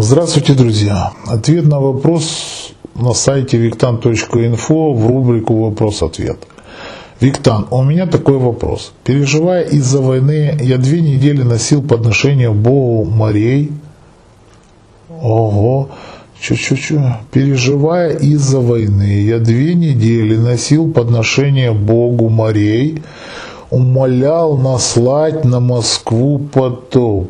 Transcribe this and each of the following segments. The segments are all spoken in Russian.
Здравствуйте, друзья! Ответ на вопрос на сайте виктан.инфо в рубрику «Вопрос-ответ». Виктан, у меня такой вопрос. Переживая из-за войны, я 2 недели носил подношение Богу морей. Переживая из-за войны, я 2 недели носил подношение Богу морей, умолял наслать на Москву потоп.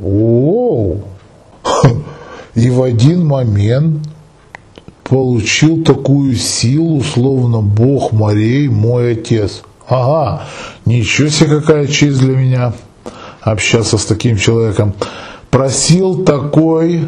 И в один момент получил такую силу, словно Бог морей мой отец. Ага, ничего себе, какая честь для меня общаться с таким человеком. Просил такой,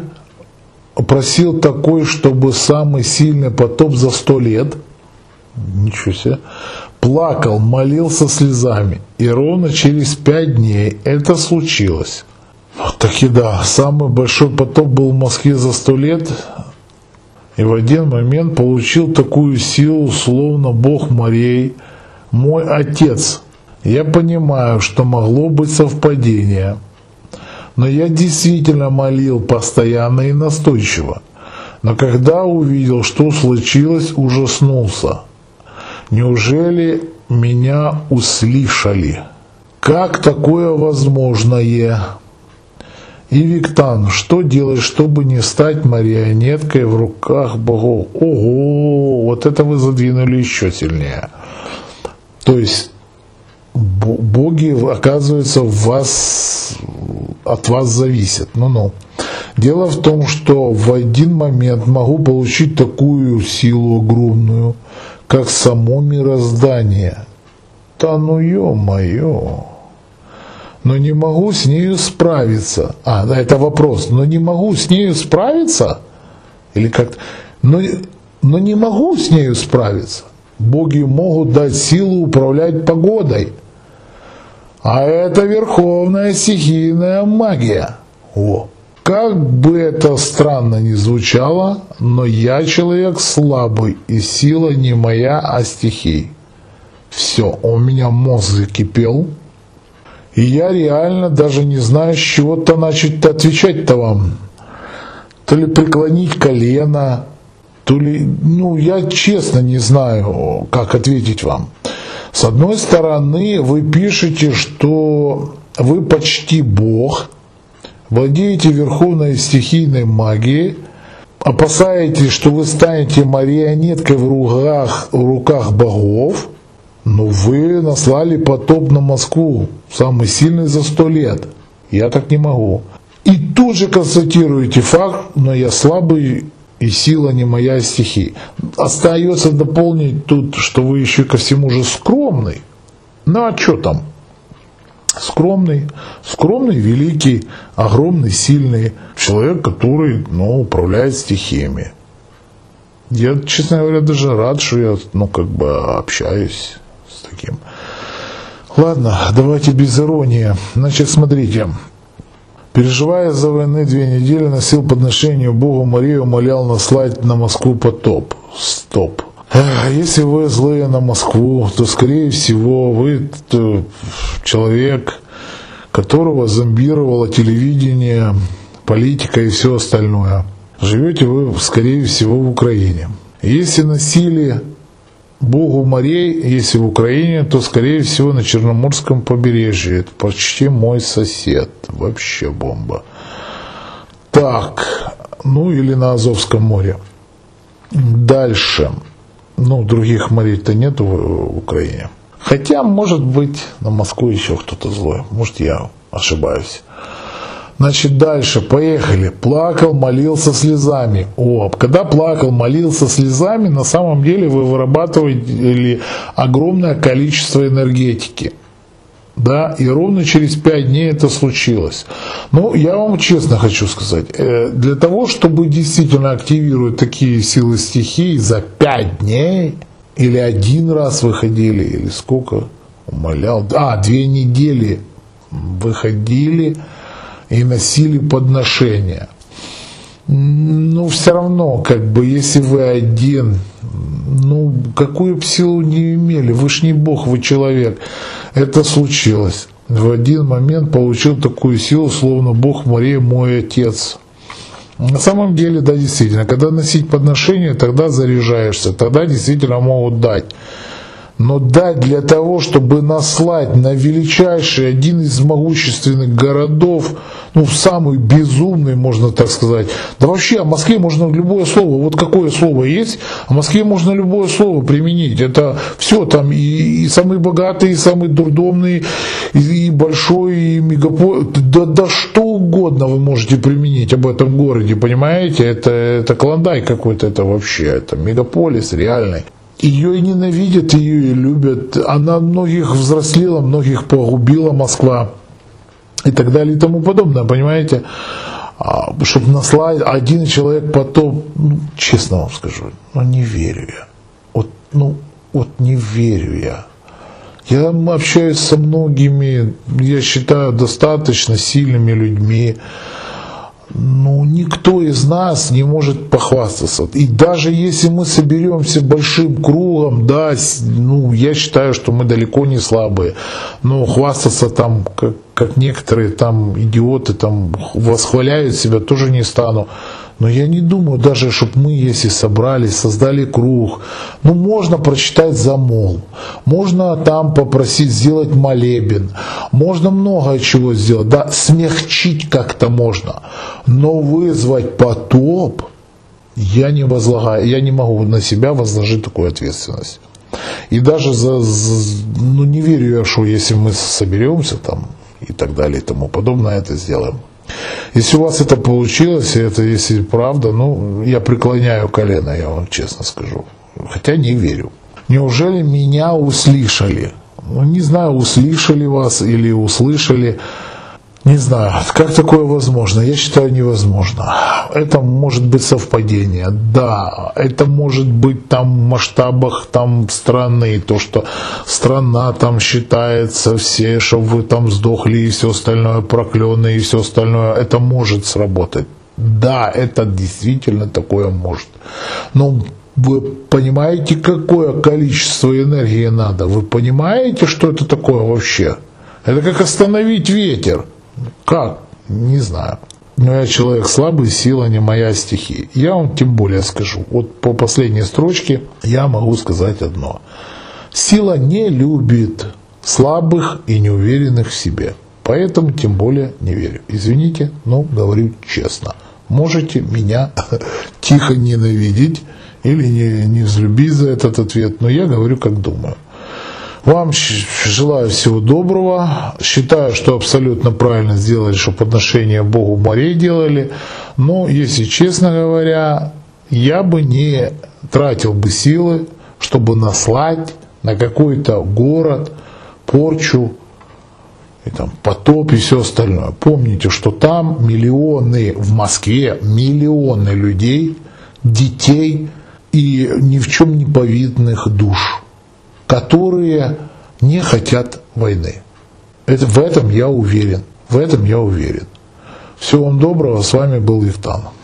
чтобы самый сильный потоп за 100 лет. Ничего себе. Плакал, молился слезами. И ровно через 5 дней это случилось. Вот таки да, самый большой потоп был в Москве за 100 лет, и в один момент получил такую силу, словно Бог морей, мой отец. Я понимаю, что могло быть совпадение, но я действительно молил постоянно и настойчиво. Но когда увидел, что случилось, ужаснулся. Неужели меня услышали? Как такое возможное? И Виктан, что делать, чтобы не стать марионеткой в руках богов? Ого, вот это вы задвинули еще сильнее. То есть боги, оказывается, от вас зависят. Дело в том, что в один момент могу получить такую силу огромную, как само мироздание. Да ну ё-моё. Но не могу с нею справиться. Это вопрос. Но не могу с нею справиться? Или как-то? Но не могу с нею справиться. Боги могут дать силу управлять погодой. А это верховная стихийная магия. Как бы это странно ни звучало, но я человек слабый, и сила не моя, а стихий. Все, у меня мозг закипел. И я реально даже не знаю, с чего-то начать отвечать-то вам. То ли преклонить колено, то ли... я честно не знаю, как ответить вам. С одной стороны, вы пишете, что вы почти Бог, владеете верховной стихийной магией, опасаетесь, что вы станете марионеткой в руках богов, но вы наслали потоп на Москву, самый сильный за 100 лет. Я так не могу. И тут же констатируете факт, но я слабый, и сила не моя, стихия. Остается дополнить тут, что вы еще ко всему же скромный. А что там? Скромный, великий, огромный, сильный человек, который, управляет стихиями. Я, честно говоря, даже рад, что я, общаюсь с таким. Ладно, давайте без иронии. Значит, смотрите. Переживая за войны 2 недели, носил подношение Богу морей, умолял наслать на Москву потоп. Стоп. Если вы злые на Москву, то, скорее всего, вы человек, которого зомбировало телевидение, политика и все остальное. Живете вы, скорее всего, в Украине. Если носили Богу морей, если в Украине, то, скорее всего, на Черноморском побережье. Это почти мой сосед. Вообще бомба. Так, или на Азовском море. Дальше. Других морей-то нету в Украине. Хотя, может быть, на Москву еще кто-то злой. Может, я ошибаюсь. Значит, дальше, поехали. Плакал, молился слезами. Когда плакал, молился слезами, на самом деле вы вырабатываете огромное количество энергетики. Да, и ровно через 5 дней это случилось. Я вам честно хочу сказать, для того, чтобы действительно активировать такие силы стихий за 5 дней, или 1 раз выходили, или сколько, умолял, 2 недели выходили и носили подношения. Все равно, если вы один, какую бы силу не имели, вы ж не Бог, вы человек. Это случилось. В один момент получил такую силу, словно Бог морей мой отец. На самом деле, да, действительно, когда носить подношения, тогда заряжаешься, тогда действительно могут дать. Но дать для того, чтобы наслать на величайший, один из могущественных городов, ну, самый безумный, можно так сказать. Да вообще, о Москве можно любое слово, вот какое слово есть, о Москве можно любое слово применить. Это все там, и самый богатый, и самый дурдомный, и большой, и мегаполис, да что угодно вы можете применить об этом городе, понимаете? Это Клондайк какой-то, это вообще, это мегаполис реальный. Ее и ненавидят, ее и любят. Она многих взрослела, многих погубила Москва. И так далее и тому подобное, понимаете? Чтобы наслать один человек потом, ну, честно вам скажу, ну не верю я. Вот не верю я. Я общаюсь со многими, я считаю, достаточно сильными людьми. Ну, никто из нас не может похвастаться. И даже если мы соберемся большим кругом, да, ну, я считаю, что мы далеко не слабые. Но хвастаться там, как некоторые там идиоты там восхваляют себя, тоже не стану. Но я не думаю даже, чтобы мы, если собрались, создали круг, ну, можно прочитать замол, можно там попросить сделать молебен, можно много чего сделать, да, смягчить как-то можно, но вызвать потоп я не возлагаю, я не могу на себя возложить такую ответственность. И даже ну, не верю я, что если мы соберемся там и так далее и тому подобное, это сделаем. Если у вас это получилось, это если правда, ну, я преклоняю колено, я вам честно скажу. Хотя не верю. Неужели меня услышали? Ну, не знаю, услышали вас или услышали. Не знаю, как такое возможно? Я считаю, невозможно. Это может быть совпадение, да. Это может быть там в масштабах там страны, то, что страна там считается все, чтобы вы там сдохли и все остальное, проклены и все остальное. Это может сработать. Да, это действительно такое может. Но вы понимаете, какое количество энергии надо? Вы понимаете, что это такое вообще? Это как остановить ветер. Как? Не знаю. Но я человек слабый, сила не моя стихия. Я вам тем более скажу. Вот по последней строчке я могу сказать одно. Сила не любит слабых и неуверенных в себе. Поэтому тем более не верю. Извините, но говорю честно. Можете меня тихо ненавидеть или не взлюбить за этот ответ, но я говорю, как думаю. Вам желаю всего доброго. Считаю, что абсолютно правильно сделали, что подношение Богу морей делали. Но, если честно говоря, я бы не тратил бы силы, чтобы наслать на какой-то город порчу, и там потоп и все остальное. Помните, что там миллионы, в Москве миллионы людей, детей и ни в чем не повинных душ, которые не хотят войны. В этом я уверен. В этом я уверен. Всего вам доброго. С вами был Ихтан.